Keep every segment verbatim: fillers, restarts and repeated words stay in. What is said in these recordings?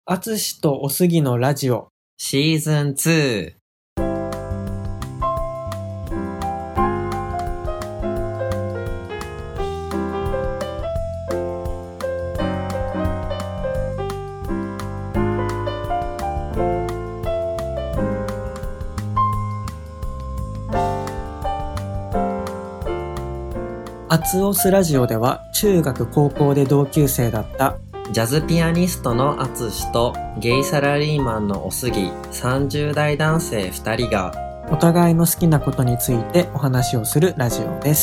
あつしとおすぎのラジオシーズンツー。 あつおすラジオでは中学高校で同級生だったジャズピアニストのあつしとゲイサラリーマンのおすぎさんじゅう代男性ふたりがお互いの好きなことについてお話をするラジオです。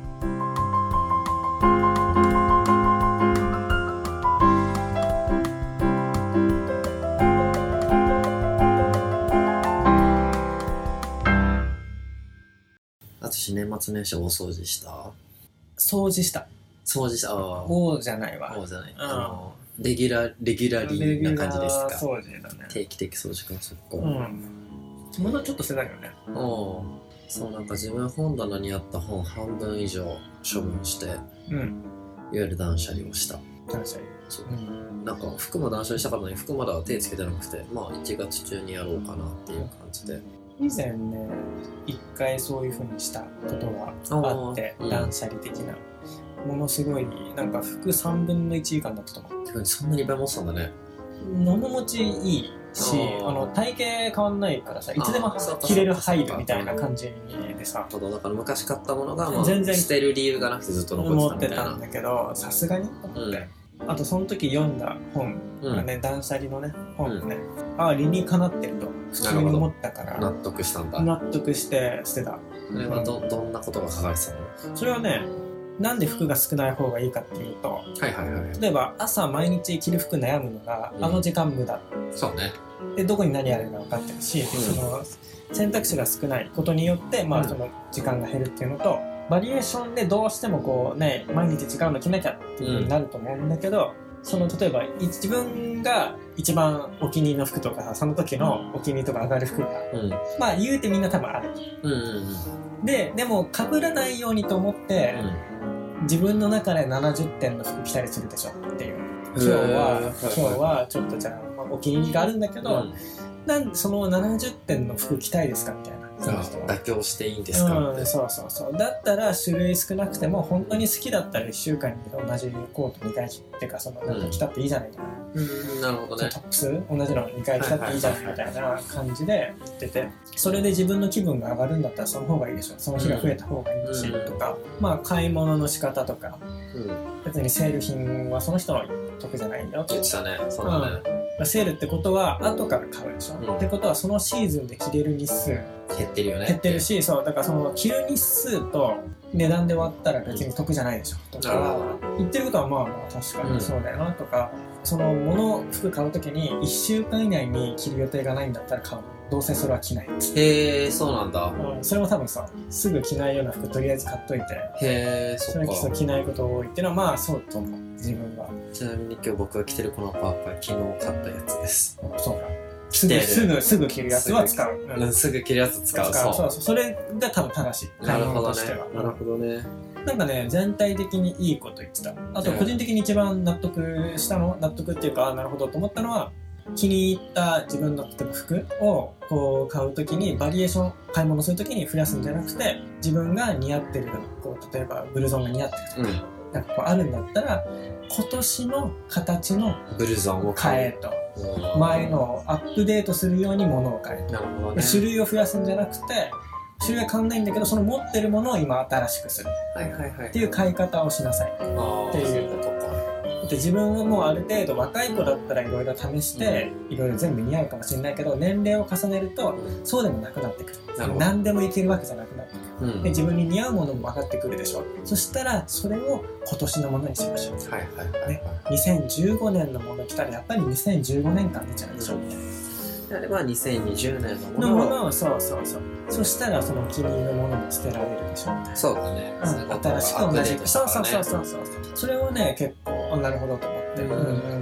あつし年末年始大掃除した？ 掃除した掃除した。ああ。 おーじゃないわ。 おーじゃない。 うん、 あのレギュラーレギュラリーな感じですか？ 掃除だね。 定期的掃除か。そっか。 うん。ものちょっとしてたよね。 おー。そう、なんか自分本棚にあった本半分以上処分して、 うん。 いわゆる断捨離をした。 断捨離。 そう。 うん、 なんか服も断捨離したかったのに服まだ手つけてなくて、まあいちがつ中にやろうかなっていう感じで。 以前ね、一回そういう風にしたことがあって、 うん、 断捨離的な。ものすごい、なんか服さんぶんのいち以下になったと思う。 てかそんなにいっぱい持ってたんだね。 物持ちいいし、あの体型変わんないからさ、いつでも着れる入るみたいな感じでさ。 だから昔買ったものが、まあ、 全然捨てる理由がなくてずっと残ってたみたいな。 思ってたんだけど、さすがに思って。うん、あとその時読んだ本がね、うん、断捨離のね、本がね、うん、ああ、理にかなってると普通に思ったから。 納得したんだ。 納得して捨てた。 それは ど,、うん、どんなことが書かれてたの？ それはね、なんで服が少ない方がいいかっていうと、 はいはいはい、 例えば朝毎日着る服悩むのが、うん、あの時間無駄。 そうね。 で、どこに何やるか分かってるし、うん、その選択肢が少ないことによって、まあ、その時間が減るっていうのと、うん、バリエーションでどうしてもこうね、毎日違うの着なきゃっていう風になると思うんだけど、うん、その例えば自分が一番お気に入りの服とかその時のお気に入りとか上がる服が、うん、まあ言うてみんな多分ある。うんうんうん、で、でも被らないようにと思って、うん、自分の中でななじゅってんの服着たりするでしょっていう。今日は、今日はちょっとじゃあ、まあ、お気に入りがあるんだけど、うん、なんでそのななじゅってんの服着たいですかみたいな。その人は妥協していいんですか、 うん、そうそうそう。だったら種類少なくても本当に好きだったらいっしゅうかんに同じコートにかいっていうか、そのなんか着たっていいじゃないかな。 うん、なるほどね。 トップス同じのにかい着たっていいじゃないみたいな感じで言ってて、それで自分の気分が上がるんだったらその方がいいでしょ。その日が増えた方がいいし、うん、とか、まあ買い物の仕方とか、うん、別にセール品はその人の得じゃないよって言ってたね。そうだね。 うん、セールってことは後から買うでしょ、うん、ってことはそのシーズンで着れる日数減ってるよね。 減ってるし、そうだからその着る日数と値段で割ったら別に得じゃないでしょ、うん、とか言ってることはまあまあ確かにそうだよなとか、うん、その物服買うときにいっしゅうかん以内に着る予定がないんだったら買う。どうせそれは着ない。 へえ、そうなんだ。 うん、それも多分さ、すぐ着ないような服とりあえず買っといて、 へえ、そっか。 それ着ないこと多いっていうのはまあそうと思う、自分は。 ちなみに今日僕が着てるこのパーカー昨日買ったやつです。 そうか。すぐすぐすぐ着るやつは使う。 うん、すぐ着るやつ使う。 そうそうそう。それが多分正しい。 なるほどね。なるほどね。 なんかね、全体的にいいこと言ってた。あと個人的に一番納得したの、納得っていうか、なるほどと思ったのは、気に入った自分の服をこう買うときにバリエーション買い物するときに増やすんじゃなくて、自分が似合ってるこう例えばブルゾンが似合ってるとか、うん、なんかこうあるんだったら今年の形のブルゾンを買えと、前のをアップデートするように物を買えと。なるほどね。種類を増やすんじゃなくて、種類は変わんないんだけど、その持ってるものを今新しくするっていう買い方をしなさいっていうことか。で自分はもうある程度若い子だったらいろいろ試していろいろ全部似合うかもしれないけど、年齢を重ねるとそうでもなくなってくる。何でもいけるわけじゃなくなってくる、うん、で自分に似合うものも分かってくるでしょ。そしたらそれを今年のものにしましょう、はいはいはいはい、ね、にせんじゅうごねんのもの来たらやっぱりにせんじゅうごねんかん出ちゃうでしょみたいな。 であればにせんにじゅうねんのものを、 のものをそうそうそう。そしたらそのお気に入りのものも捨てられるでしょみたいな。 そうだね、 うん、新しく同じく、ね、そうそうそうそうそう。それをね結構なるほどと思って、うんうん、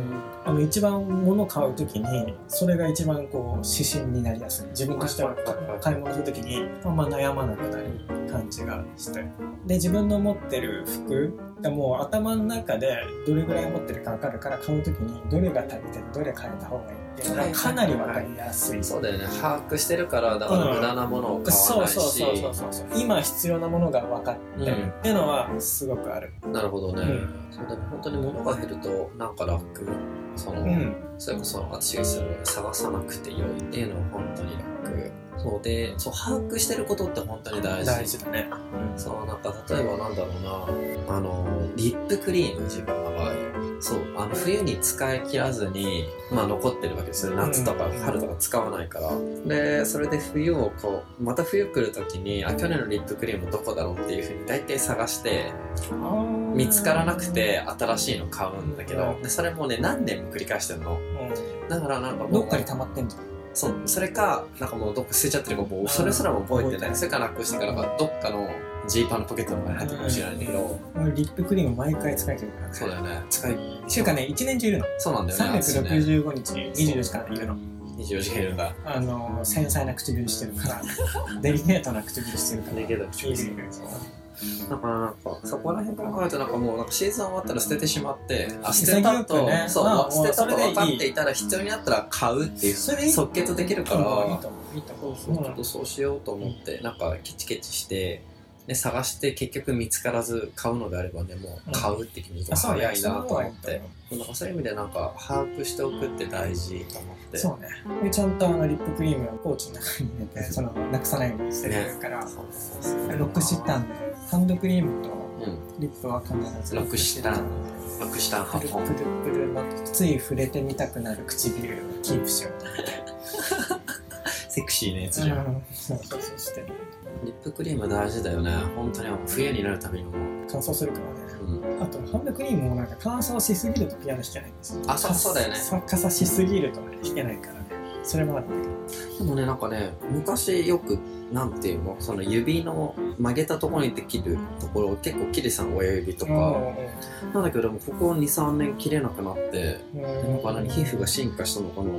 あの一番物を買うときにそれが一番こう指針になりやすい。自分としては買い物するときにあんま悩まなくなる感じがして、で自分の持ってる服がもう頭の中でどれぐらい持ってるか分かるから、買うときにどれが足りてるどれ変えた方がいいっていうのがかなり分かりやすい。 そうだよね、把握してるから、だから無駄なものを買わないし、 そうそうそうそうそう、今必要なものが分かってるっていうのはすごくある。 うん、なるほどね、うん、そうでも本当に物が減るとなんか楽、その、うん、それこそ私が言ってたので探さなくてよいっていうのは本当に楽。そうで、そう把握してることって本当に大事。 大事だね。 うん、そうなんか例えばなんだろうな、あのリップクリーム、自分の場合、そうあの冬に使い切らずにまあ残ってるわけですよ。夏とか春とか使わないから。でそれで冬をこうまた冬来る時に、あ去年のリップクリームどこだろうっていう風に大体探して、見つからなくて新しいの買うんだけど、でそれもね何年も繰り返してるの。だからなんかもうどっかに溜まってんじゃん。 そう、それか、なんかもうどっか捨てちゃってるか、もうそれすらも覚えてない。それかなくしてから、どっかのジーパンのポケットの中に入ってるかもしれないんだけど。 リップクリーム毎回使えてるからね。 そうだよね。使い。 ていうかね、一年中いるの。そうなんだよね。さんびゃくろくじゅうごにち、にじゅうよじかんいるの。 にじゅうよじかんいるんだ。 あの、繊細な唇してるから、デリケートな唇してるから。 デリケートな唇してるから。だからなんかそこら辺から考えると、なんかもうなんかシーズン終わったら捨ててしまって、あ捨てたと、ね、そう、まあ、捨てたと分かっていたら必要になったら買うっていう即決できるから、いいと思う、いいと思う。そうそう、ちょっとそうしようと思って、なんかケチケチしてで探して結局見つからず買うのであればね、もう買うって決めると早いなと思って、うん、なんかそういう意味でなんか把握しておくって大事と思って。そうね。でちゃんとあのリップクリームをポーチの中に入れて、そのなくさないようにしてるから、ね、ロックシッタンハンドクリームとリップは必ずロックシッタンロックシッタンプルプルプルのつい触れてみたくなる唇をキープしようと思ってセクシーなやつじゃん、うん、そうそうそうしてる。リップクリーム大事だよね。本当に冬になるたびにも乾燥するからね、うん、あとハンドクリームもなんか乾燥しすぎるとピアノ弾けないんですよ。 あ、そうそうだよね。 かさしすぎるとね弾けないからね。それもあるんだけど、 でもね、なんかね、昔よくなんていうの、その指の曲げたところにできるところを結構切れてたの、親指とかなんだけども、ここ にさんねん切れなくなって、なんか何皮膚が進化したのかなと思って。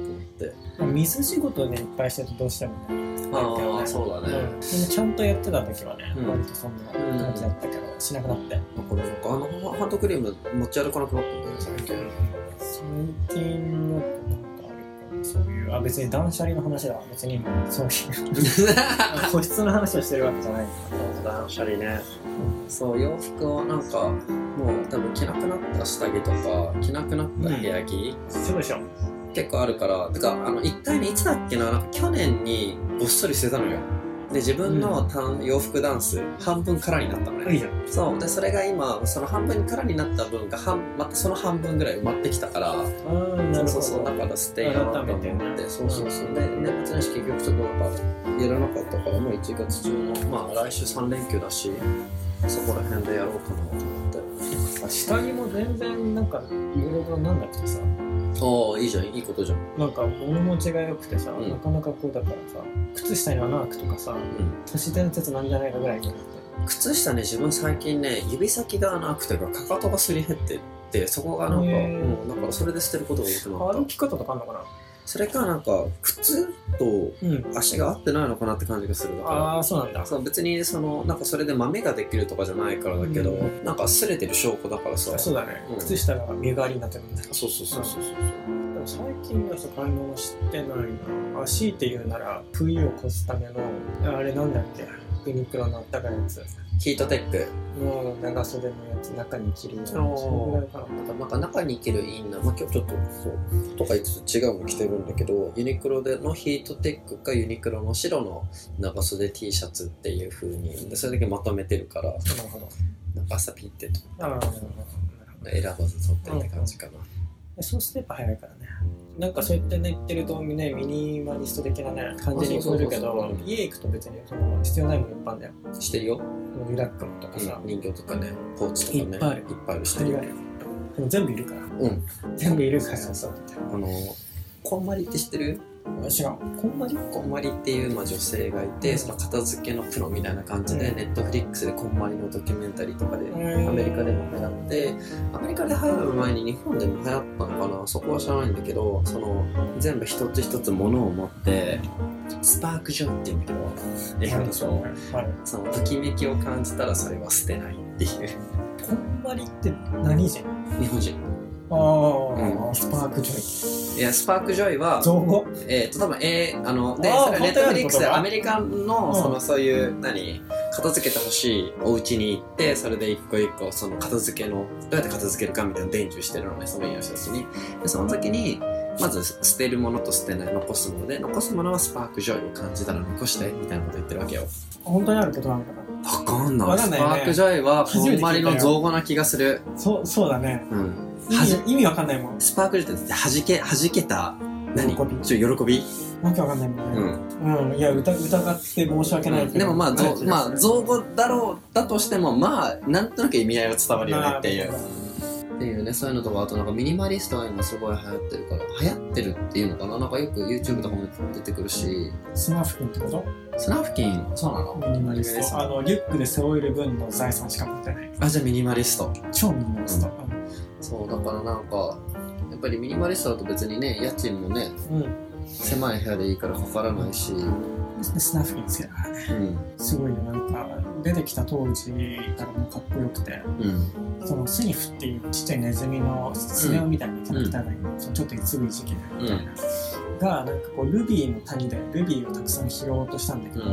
水仕事でいっぱいしてるとどうしてもね。 ああ、そうだね、 うん、ちゃんとやってた時はね、うん、割とそんな感じだったけど、うん、しなくなって。 これなんかあのハンドクリーム持ち歩かなくなったんだよね、最近。 最近のそういう、あ、別に断捨離の話だわ。別にそういう個室の話をしてるわけじゃない。 断捨離ね、うん、そう、洋服をなんかもう多分着なくなった下着とか着なくなった部屋着、 うん、そうでしょ、 結構あるから。てかあの一回ね、いつだっけな、なんか去年にごっそり捨てたのよ。で自分の洋服ダンス、うん、半分空になったのね。いいじゃん。そうで、それが今その半分に空になった分が半またその半分ぐらい埋まってきたから、あそうそうそう、だから捨てようと思って、そうそうそう、で年末年始結局ちょっとなんかやらなかったから、もういちがつ中のまあ来週さん連休だし、そこら辺でやろうかなと思って。 下着も全然なんかいろいろなんだけどさ、 ああ、いいじゃん、いいことじゃん。 なんか物持ちが良くてさ、うん、なかなかこうだからさ、靴下に穴開くとかさ、うん、都市伝説なんじゃないかぐらいになって。 靴下ね、自分最近ね、指先が穴開くというか、かかとがすり減ってって、そこがなんか、うん、だからそれで捨てることが多くなった。 歩き方とかあんのかな。 それかなんか靴と足が合ってないのかなって感じがする。だから、 ああ、そうなんだ。 そう、別にそのなんかそれで豆ができるとかじゃないからだけど、うん、なんか擦れてる証拠だからさ。 そうだね、うん、靴下が身代わりになってるんだ。 そうそうそうそうそう、 うん、でも最近はさ、買い物してないな。あ、強いて言うなら冬を越すためのあれなんだっけ、ユニクロのあったかいやつ、 ヒートテックの長袖のやつ、中に着るような、そのぐらいかな。 なんか中に着るインナー、まあ今日ちょっとそうとか言いつつ違うの着てるんだけど、ユニクロでのヒートテックかユニクロの白の長袖 T シャツっていう風にで、それだけまとめてるから、なるほど、なんか朝ピッてとか選ばず取ってって感じかな。 うん、そうすれば早いからね。なんかそうやってね言ってるとね、ミニマリスト的なね感じに来るけど、家行くと別にその必要ないものいっぱいあるんだよ。 してるよ。 リラックマとかさ、 うん、人形とかね、ポーチとかね、 いっぱいある。 いっぱいある。してるよ。 でも全部いるから。うん。全部いるからそう。 あのこんまりって知ってる？ 知らん。 こんまりこんまりっていう、まあ、女性がいて、その片付けのプロみたいな感じで、ネットフリックスでこんまりのドキュメンタリーとかでアメリカでも流行って、アメリカで流行る前に日本でも流行ったのかな、そこは知らないんだけど、その全部一つ一つ物を持ってスパークジョイっていうんだけど、英語でしょ、はい、そのときめきを感じたらそれは捨てないっていう。 こんまりって何人？ 日本人。 ああ、うん、スパークジョイ。いや、スパークジョイは、 造語？ えっと、多分、えー、あの、で、それネットフリックスでアメリカの、その、そういう、何、片付けてほしいお家に行って、それで一個一個、その片付けの、どうやって片付けるかみたいなの伝授してるのね、その家の人たちに。で、その時に、まず捨てるものと捨てない、残すもので、残すものはスパークジョイを感じたら残して、みたいなこと言ってるわけよ。 本当にあることなのかな？ わかんない。スパークジョイは、こんまりの造語な気がする。 そう、そうだね。 うん。 意味、意味わかんないもん。 スパークジョイって弾け、弾けた、何？喜び。ちょ、喜び？ わけわかんないもんね。うん。うん。いや、疑、疑って申し訳ないけど。 でもまあ、ぞまあ、造語だろう、だとしても、まあ、なんとなく意味合いは伝わるよねっていう。っていうね、そういうのとか、あとなんかミニマリストが今すごい流行ってるから、流行ってるっていうのかな、なんかよく YouTube とかも出てくるし。 スナフキンってこと？ スナフキン、そうなの？ ミニマリスト。あの、リュックで背負える分の財産しか持ってない。 あ、じゃあミニマリスト。 超ミニマリスト。うん、 そう、だからなんか、やっぱりミニマリストだと別にね、家賃もね、うん、狭い部屋でいいからかからないし。 スナフキン好きだからね、うん、すごいよ。なんか出てきた当時からもかっこよくて、うん、そのスニフっていうちっちゃいネズミのスネ夫みたいなキャラクターがいるの、うん、ちょっといつぶい時期でみたいな、うん、がなんかこうルビーの谷でルビーをたくさん拾おうとしたんだけど、うん、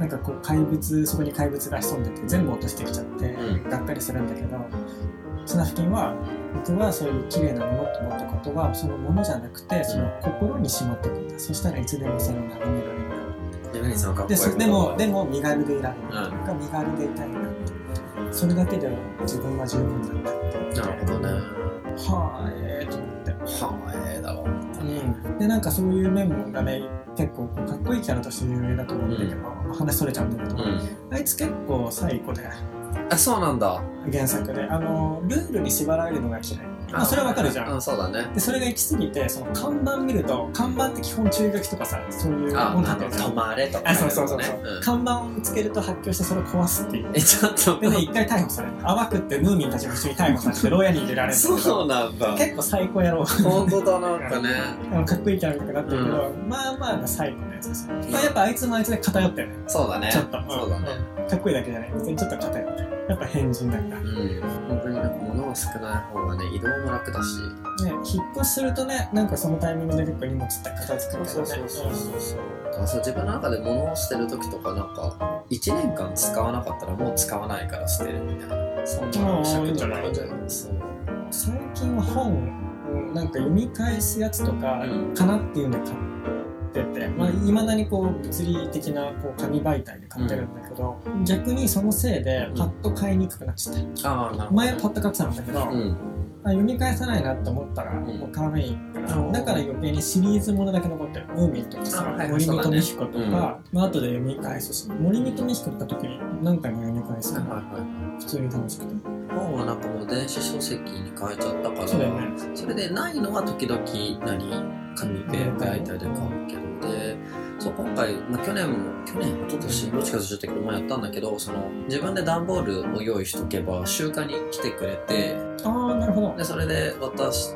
なんかこう怪物、そこに怪物が潜んでて全部落としてきちゃって、うん、がっかりするんだけど、スナフキンは僕はそういう綺麗なものと思ったことはそのものじゃなくてその心にしまっていくんだ、うん、そしたらいつでもそれを眺められるんだ。 で, 何そのかっこいいで, でもでも身軽でいられるというか、うん、身軽でいたいなって、それだけで自分は十分だったって。 なるほどね。 はあ、ええー、と思って。 はあ、ええー、だろう、 うん。でなんかそういう面もがね結構かっこいいキャラとして有名だと思うんだけど、うん、話それちゃうんだけど、うん、あいつ結構サイコで。 あ、そうなんだ。 原作であのルールに縛られるのが嫌い。まあ、それはわかるじゃん。 うん、そうだね。 でそれが行き過ぎてその看板見ると看板って基本注意書きとかさ、そういうもんだったよね。止まれとか、ね。 あ、そうそうそうそう、うん、看板を見つけると発狂してそれを壊すっていう。 え、ちょっとでね、一回逮捕される。淡くってヌーミンたちも一緒に逮捕されて牢屋に入れられるんだけど。 そうなんだ。 結構最高やろう。 本当だ、なんかね。 かっこいいキャラみたいになってるけど、うん、まあまあ最高のやつですよ、うん、やっぱあいつもあいつで偏ってるね。 そうだね。 ちょっと、 うん、そうだね、 うん。かっこいいだけじゃない。別にちょっと偏ってる。やっぱ変人だから。うん。 本当になんか物が少ない方がね、移動も楽だし。 ね、引っ越しするとね、なんかそのタイミングで結構荷物って片付くからね。 そうそうそうそうそう。だからそう自分の中で物を捨てる時とかなんかいちねんかん使わなかったらもう使わないから捨てるみたいな。そんな尺じゃないじゃない。そう。 最近は本なんか読み返すやつとかかなっていうんで買ってて、うん、まあ未だにこう物理的なこう紙媒体で買ってるんだけど、うん、逆にそのせいでパッと買いにくくなっちゃった。うん、ああ、なるほど。前パッと買ってたんだけど。うん、読み返さないなって思ったらもう買わないから、うん、だから余計にシリーズものだけ残ってる。ムーミンとかさ、はい、森見と美彦とか、うん、まあ後で読み返すし、森見と美彦とか時に何回も読み返すから、はいはい、普通に楽しくて。 本はなんかもう電子書籍に変えちゃったから、 そうだよね、 それでないのは時々何紙で媒体で買うけど、でそう今回、まあ、去年も去年一昨年どっちかとしちゃったけど、まあ、やったんだけど、その自分で段ボールを用意しとけば集荷に来てくれて、 ああなるほど。 でそれで渡して、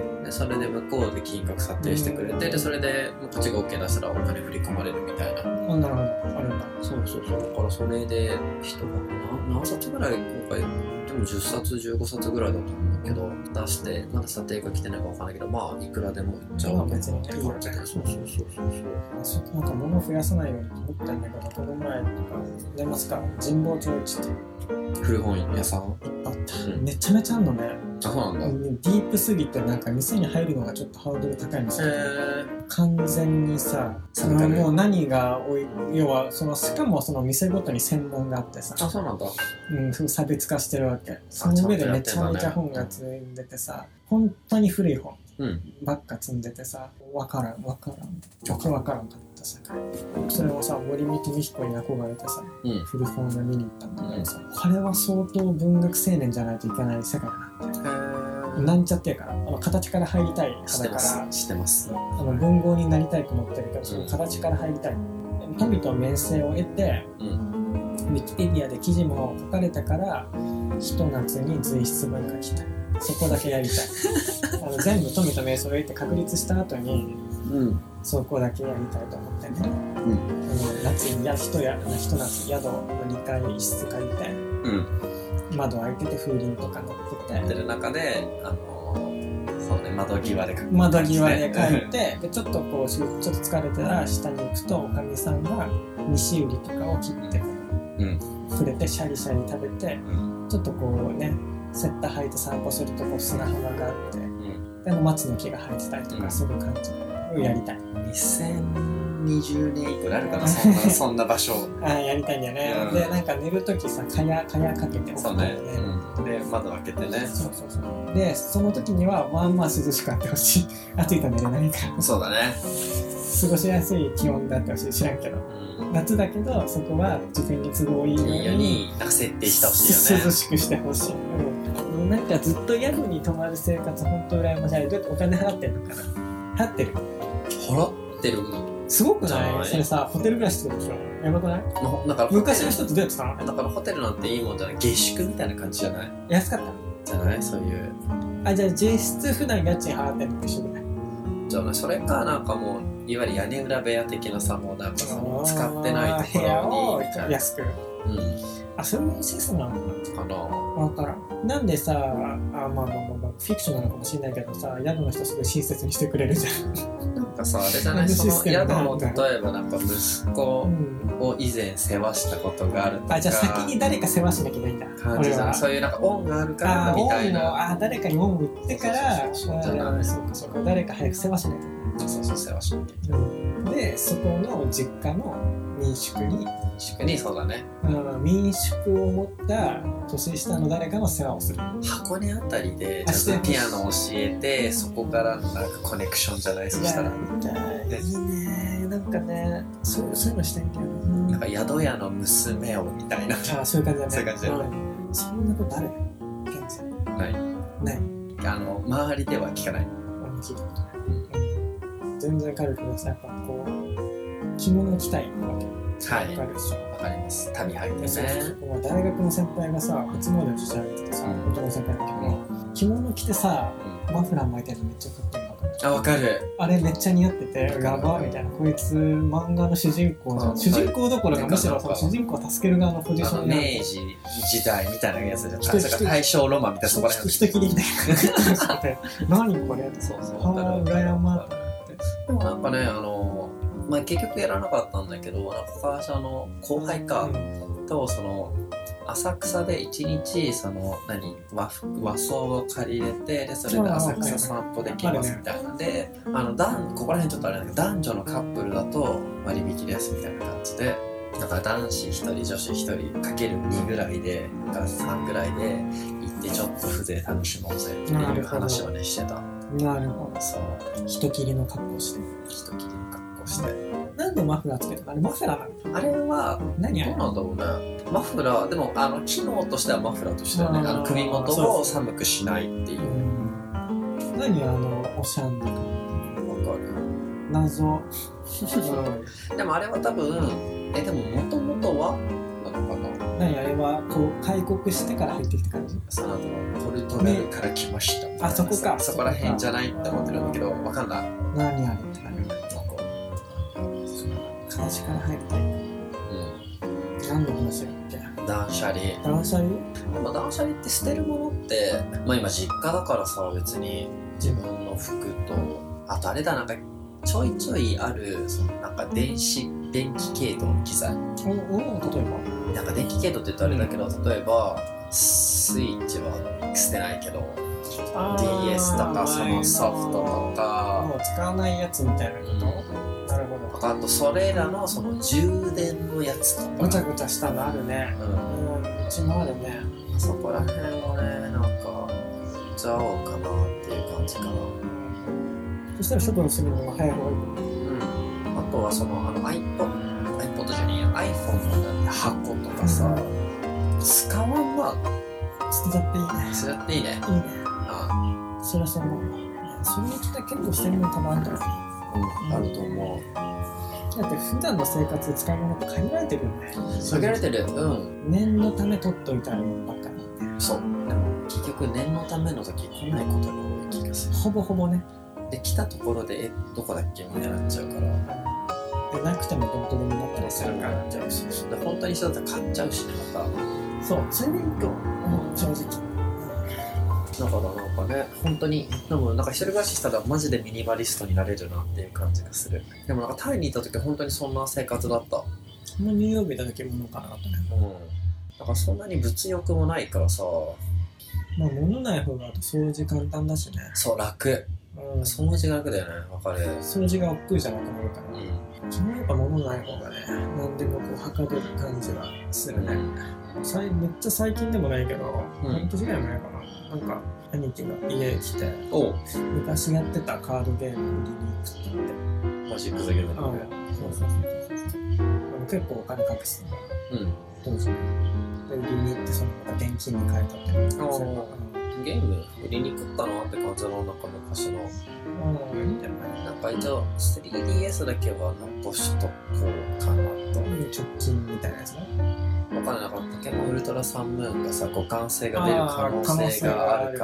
でそれで向こうで金額査定してくれて、でそれでもうこっちが OK 出したらお金振り込まれるみたいな。 あ、なるほど、あるんだ。 そうそうそう。だからそれで人が何何冊ぐらい今回でもじゅっさつじゅうごさつぐらいだと思うんだけど出して、まだ査定が来てないかわかんないけど、まあいくらでもいっちゃうとか別にいいよね。 そうそうそうそうそう。なんか物増やさないようにと思ったんだけど、この前とか年末から神保町行って古本屋さんあった、うん、めちゃめちゃあんのね。 あ、そうなんだ。 ディープすぎてなんか店に入るのがちょっとハードル高いんですよ。完全にさ、そのもう何が多い、要はそのしかもその店ごとに専門があってさ、 あ、そうなんだ。 うん、差別化してるわけ。その上でめちゃめちゃ本が積んでてさ、本当に古い本ばっか積んでてさ、わからんわからん、ちょっとわからんかったさ。それをさ、森見と美彦に憧れてさ、うん、古本を見に行ったんだけどさ、うん、これは相当文学青年じゃないといけない世界だなって。 なんちゃってやからあの形から入りたい派だからしてますあの文豪になりたいと思ってるからその形から入りたい、うん、富と名声を得て、うん、ウィキペディアで記事も書かれたからひと夏に随筆文書きたいそこだけやりたいあの全部富と名声を得て確立した後に、うん、そこだけやりたいと思ってね、うん、あの夏にやひとやひと夏宿のにかい室借りて、うん窓開いてて風鈴とか乗っててやってる中で、あのー、そうね窓際で書く、ね、 窓際で書いてでちょっとこうちょっと疲れてたら下に行くとおかみさんが西売りとかを切ってうん、くれてシャリシャリ食べて、うん、ちょっとこうねセッター履いて散歩するとこう砂浜があって、うん、で松の木が生えてたりとかする感じをやりたい、 うん、にせんにじゅうねん以降あるかなそんなそんな場所あやりたいんだよね、うん、でなんか寝るときさ蚊帳かけてそうね、うん、で窓開けてねそうそうそうでその時にはまあまあ涼しくあってほしい暑いと寝れないからそうだね過ごしやすい気温だってほしい知らんけど、うん、夏だけどそこは自分に都合いいようにいいようになんか設定してほしいよね涼しくしてほしい、うん、なんかずっと宿に泊まる生活ほんと羨ましいどうやってお金払ってんのかな払ってる払ってるすごくないそれさホテル暮らしってことでしょやばくない、 ま、だから昔の人ってどうやってたのだからホテルなんていいもんじゃない下宿みたいな感じじゃない安かったじゃないそういうあじゃあ実質普段家賃払ってるのと一緒ぐらいじゃあそれかなんかもういわゆる屋根裏部屋的なさもうなんかその使ってないところに安く、うん、あそういうシステムなのかな分からんなんでさあまあまあまあまあフィクションなのかもしれないけどさ宿の人すごい親切にしてくれるじゃんなんかさあれじゃないその宿も例えばなんか息子を以前世話したことがあるとか、 あじゃあ先に誰か世話しなきゃいけないんだ感じじゃないそういうなんか恩があるからみたいなあ誰かに恩を売ってからそうじゃないそうかそうか誰か早く世話しないとそうそう世話しなきゃいけない、うん、 でそこの実家の民宿に民宿にそうだね民宿を持った年下の誰かの世話をする箱根あたりでちゃんとピアノを教えてそこからなんかコネクションじゃないそしたらいいねなんかねそうそういうのしたいんだよななんか宿屋の娘をみたいなあそういう感じだねそういう感じだね、 うん、そんなことある現在ないないあの周りでは聞かない聞いたことない、うん、全然軽くさやっぱこう着物着たいわけはいわかるでしょわかります旅入ってね大学の先輩がさ初詣を調べててさ男の先輩だけど、うん、着物着てさ、うん、マフラー巻いてるのめっちゃかっこいいあ、わかるあれめっちゃ似合っててやばみたいなこいつ漫画の主人公じゃん主人公どころかむしろその主人公を助ける側のポジションになる明治時代みたいなやつじゃんそれが大正ロマンみたいなそこら辺人切りみたいな何これそうそうはぁ羨まってでもなんかねあのまあ結局やらなかったんだけどなんか会社の後輩か、うん、とその浅草で一日その何 和, 和装を借りれてでそれで浅草散歩できますみたいなのであの男ここら辺ちょっとあれだけど男女のカップルだと割引ですみたいな感じでだから男子ひとり女子ひとりかけるにぐらいでかさんぐらいで行ってちょっと風情楽しもうぜっていう話をねしてたなるほどそう人切りの格好して人切りの格好してなんでマフラーつけたのあれマフラーなのあれは何どうなんだろうねマフラーでもあの機能としてはマフラーとしてはねあの首元を寒くしないっていう、うん、 何あのおしゃんなのわかる謎でもあれは多分えでももともとはなのかな何あれはこう開国してから入ってきた感じその後ポルトガルから来ました、ね、 あそこかそこら辺じゃないって思ってるんだけどわかんない何あれって感じ形から入りたい、うん、何の話だっけ断捨離断捨離でも断捨離って捨てるものってまあ今実家だからさ別に自分の服とあとあれだなんかちょいちょいあるそのなんか電子電気系統の機材おお例えばなんか電気系統って言うとあれだけど、うん、例えばスイッチは捨てないけど ディーエス とかそのソフトとかもう使わないやつみたいなこと、うん、なるほどあとそれらのその充電のやつとかごちゃごちゃしたのあるねうん、うん、うちもあるねそこら辺をねなんかじゃあおうかなっていう感じかなそしたら処分するのが早い方がいいうんあとはそのあの iPod iPod じゃねえや iPhone の箱とかさ、うん、使わんな捨てちゃっていいね捨てちゃっていいねいいねあそりゃそう思う。それに来て結構してるの多分あるんだろうね。 うん、あると思う。 だって普段の生活で使い物って限られてるんだよ。 限られてる。うん。 念のため取っといたものばっかりなんで。 そう。でも結局念のための時来ないことが多い気がする。 ほぼほぼね。 で来たところでえどこだっけみたいになっちゃうから。 でなくてもどうとでもなったりするから。 買っちゃうし。で本当にそうだったら買っちゃうしねまた。そう。それでいいと思う正直。 だからなんかね、本当に、でもなんか一人暮らししたらマジでミニマリストになれるなっていう感じがする。でもなんかタイに行った時本当にそんな生活だった。 もうニューヨーク行った時物かなかったね。 うん。だからそんなに物欲もないからさ。 まあ物ない方があと掃除簡単だしね。 そう、楽。うん。掃除が楽だよね、わかる。 掃除が億劫じゃなくなるから。うん。基本やっぱ物ない方がね、何でもこうはかどる感じがするね。うん、めっちゃ最近でもないけど、うん、半年ぐらい前かな。なんか兄貴が家に来て昔やってたカードゲームを売りに行くって言ってマジック・ザ・ギャザリング。 そうそうそうそう結構お金かけてたから、うん、当時ねで売りに行ってそのまた現金に変えたっていうゲーム売りに食ったなって感じのなんか昔のああいいんじゃないなんか一応 スリーディーエス だけは残しとこうかなと直近みたいなやつねわかんなかった。ポケモンウルトラサンムーンがさ、互換性が出る可能性があるから、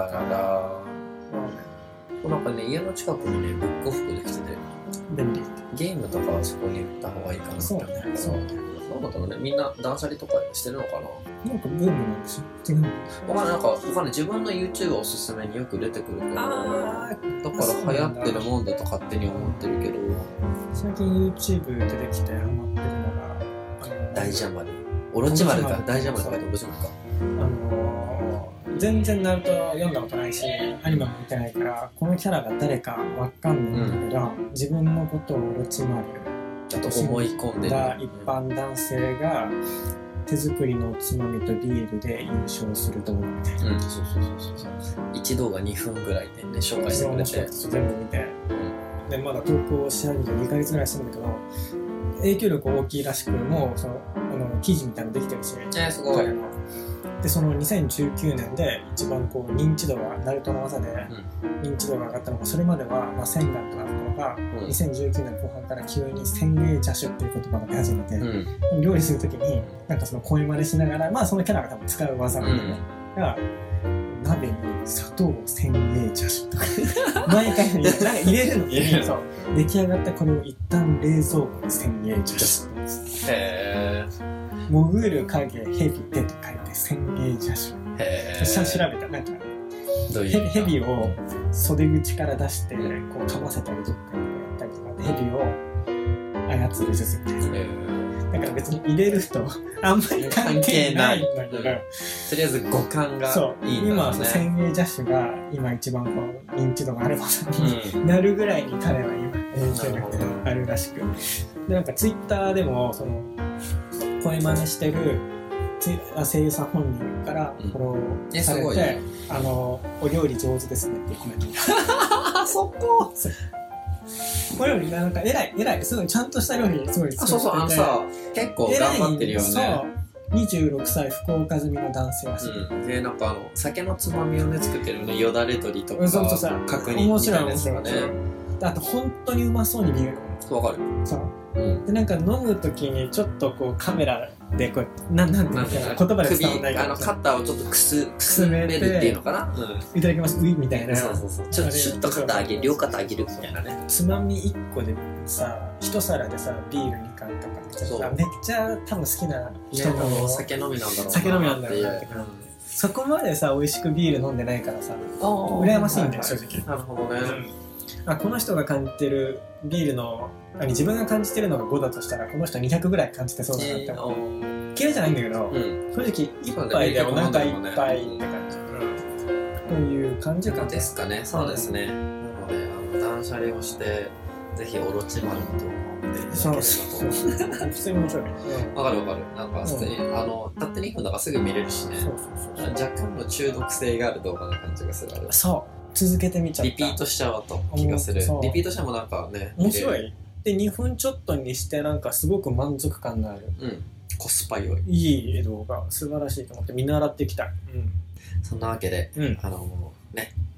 うん、なんかね、家の近くにね、ブックオフできてて、 便利。 ゲームとかはそこに売った方がいいかなって思うけど、そうなんだろうね、みんな断捨離とかしてるのかななんかブームなんでしょ違うわかんない、なんか、わかんない、自分の YouTube おすすめによく出てくるから、だから流行ってるもんだと勝手に思ってるけど、 最近 YouTube 出てきてハマってるのが、 大ジャンマリ。オロチマルか、大ジャンマルとかでオロチマルか。 あのー、全然ナルト読んだことないし、アニメも見てないから、このキャラが誰かわかんないんだけど、うん、自分のことをオロチマルだと思い込んでる。 一般男性が手作りのおつまみとビールで優勝する動画みたいな。 うん、そうそうそうそう。一動画にふんぐらいでね、紹介してくれて。 全部見て。うん、で、まだ投稿し始めてにかげつぐらいしてるんだけど、影響力大きいらしく、もうそのあの記事みたいなのできてるし、 えー、すごい。 でそのにせんじゅうきゅうねんで一番こう認知度がナルトの技で認知度が上がったのが、それまではまあ千眼とかだったのが、うん、にせんじゅうきゅうねんこう半から急に千栄邪手っていう言葉が出始めて、うん、料理するときになんかその声真似しながら、まあそのキャラが多分使う技なんだよね、うん、が鍋に砂糖を千栄邪手とか毎回なんか入れるのにそう出来上がったこれを一旦冷蔵庫に千栄邪手へー潜る影ヘビ手と書いて千栄邪手へー調べたらなんかヘビを袖口から出してこう噛ませたりどっかにやったりとかでヘビを操る術みたいなだから別に入れるとあんまり関係ないんだけど、とりあえず五感がいいんだね。 今千栄邪手が今一番こう認知度があるものになるぐらいに彼は今影響力があるらしく、でなんかツイッターでもその声真似してる声優さん本人からフォローされて、うんね、あのお料理上手ですねっていうコメントそこお料理なんか偉い偉いすごいちゃんとした料理すごい作ってて、 そうそうあのさ結構頑張ってるよね。 そうにじゅうろくさい福岡済みの男性らしい、 うん、でなんかあの酒のつまみをね作ってるのよだれ鶏とかそうそうそう角煮みたいなやつがね、 あと本当にうまそうに見えるのわかるそう、うん、でなんか飲むときにちょっとこうカメラでこうなんなんていうの言葉で伝わらないけどあのカッターをちょっとくすくすめるっていうのかな、 うん、いただきますういみたいなそうそうそうちょっとシュッと肩上げる両肩上げるみたいなねつまみいっこでさ一皿でさビールにかんとかめっちゃ多分好きな人の、 ね、酒飲みなんだろうな酒飲みなんだろうなって感じ、うん、そこまでさ美味しくビール飲んでないからさ羨ましいんだよ、はいはい、正直なるほどね、 うん、あこの人が感じてるビールの自分が感じてるのがごだとしたらこの人にひゃくぐらい感じてそうだなって思う、えー、嫌いじゃないんだけど、うん、正直一杯でお腹いっぱいって感じ、うん、という感じかですかね。そうですね、うん、なのであの断捨離をしてぜひオロチマルの動画を見ていただければとそうそうそう普通に面白いわかるわかるなんか普通に、うん、あのたったにふんだからすぐ見れるしね。そうそうそう若干の中毒性がある動画な感じがする。 そう続けてみちゃったリピートしちゃうと気がする。リピートしてもなんかね面白いでにふんちょっとにしてなんかすごく満足感のある、 うん、コスパ良いいい動画素晴らしいと思って見習っていきたい、うん、 そんなわけで、うん、あのね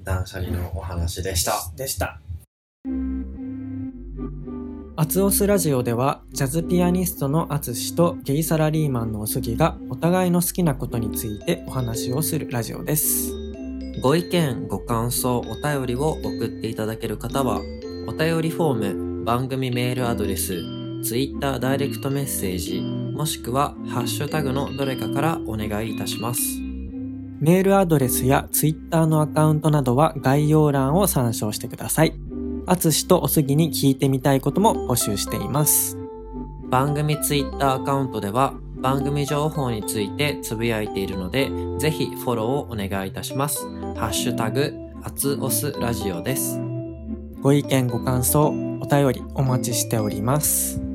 断捨離のお話でしたでしたアツオスラジオではジャズピアニストのアツシとゲイサラリーマンのおすぎがお互いの好きなことについてお話をするラジオです。 ご意見ご感想お便りを送っていただける方はお便りフォーム、番組メールアドレス、ツイッターダイレクトメッセージもしくはハッシュタグのどれかからお願いいたします。 メールアドレスやツイッターのアカウントなどは概要欄を参照してください。あつしとおすぎに聞いてみたいことも募集しています。 番組ツイッターアカウントでは番組情報についてつぶやいているので、ぜひフォローをお願いいたします。ハッシュタグアツオスラジオです。 ご意見ご感想お便りお待ちしております。